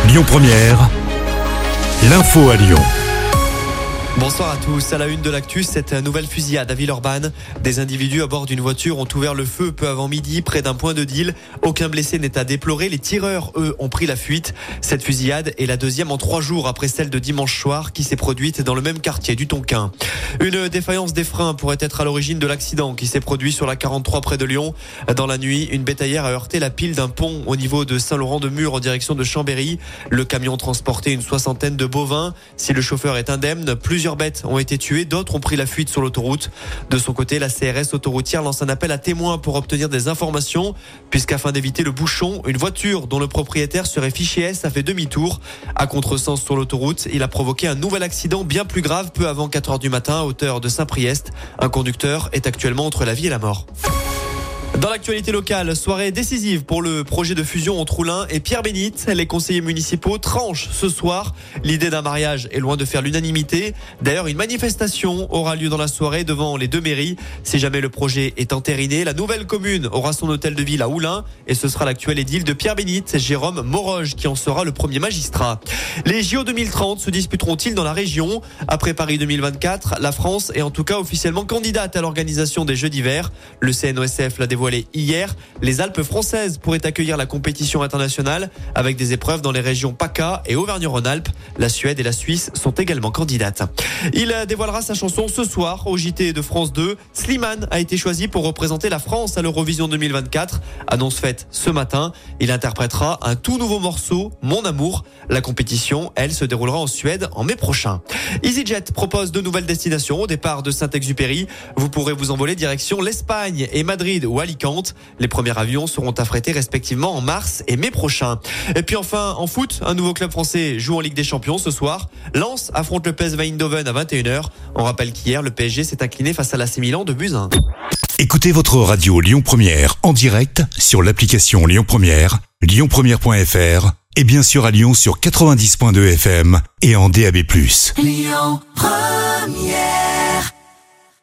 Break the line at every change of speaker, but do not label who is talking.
Lyon Première, l'info à Lyon.
Bonsoir à tous. À la une de l'actu, cette nouvelle fusillade à Villeurbanne. Des individus à bord d'une voiture ont ouvert le feu peu avant midi près d'un point de deal. Aucun blessé n'est à déplorer. Les tireurs, eux, ont pris la fuite. Cette fusillade est la deuxième en 3 jours après celle de dimanche soir qui s'est produite dans le même quartier du Tonkin. Une défaillance des freins pourrait être à l'origine de l'accident qui s'est produit sur la 43 près de Lyon. Dans la nuit, une bétaillère a heurté la pile d'un pont au niveau de Saint-Laurent-de-Mur en direction de Chambéry. Le camion transportait une 60aine de bovins. Si le chauffeur est indemne, plusieurs bêtes ont été tuées, d'autres ont pris la fuite sur l'autoroute. De son côté, la CRS autoroutière lance un appel à témoins pour obtenir des informations, puisqu'afin d'éviter le bouchon, une voiture dont le propriétaire serait fiché S a fait demi-tour. À contresens sur l'autoroute, il a provoqué un nouvel accident bien plus grave peu avant 4h du matin à hauteur de Saint-Priest. Un conducteur est actuellement entre la vie et la mort. Dans l'actualité locale, soirée décisive pour le projet de fusion entre Oulin et Pierre-Bénite. Les conseillers municipaux tranchent ce soir. L'idée d'un mariage est loin de faire l'unanimité. D'ailleurs, une manifestation aura lieu dans la soirée devant les deux mairies. Si jamais le projet est entériné, la nouvelle commune aura son hôtel de ville à Oulin et ce sera l'actuel édile de Pierre-Bénite, Jérôme Moroge, qui en sera le premier magistrat. Les JO 2030 se disputeront-ils dans la région? Après Paris 2024, la France est en tout cas officiellement candidate à l'organisation des Jeux d'hiver. Le CNOSF l'a dévoilé hier. Les Alpes françaises pourraient accueillir la compétition internationale avec des épreuves dans les régions PACA et Auvergne-Rhône-Alpes. La Suède et la Suisse sont également candidates. Il dévoilera sa chanson ce soir au JT de France 2. Slimane a été choisi pour représenter la France à l'Eurovision 2024. Annonce faite ce matin. Il interprétera un tout nouveau morceau, Mon Amour. La compétition, elle, se déroulera en Suède en mai prochain. EasyJet propose de nouvelles destinations au départ de Saint-Exupéry. Vous pourrez vous envoler direction l'Espagne et Madrid ou Alicante. Les premiers avions seront affrétés respectivement en mars et mai prochain. Et puis enfin, en foot, un nouveau club français joue en Ligue des Champions ce soir. Lens affronte le PSV Eindhoven à 21h. On rappelle qu'hier, le PSG s'est incliné face à l'AC Milan de buts 1.
Écoutez votre radio Lyon Première en direct sur l'application Lyon Première, lyonpremière.fr et bien sûr à Lyon sur 90.2 FM et en DAB+.
Lyon Première.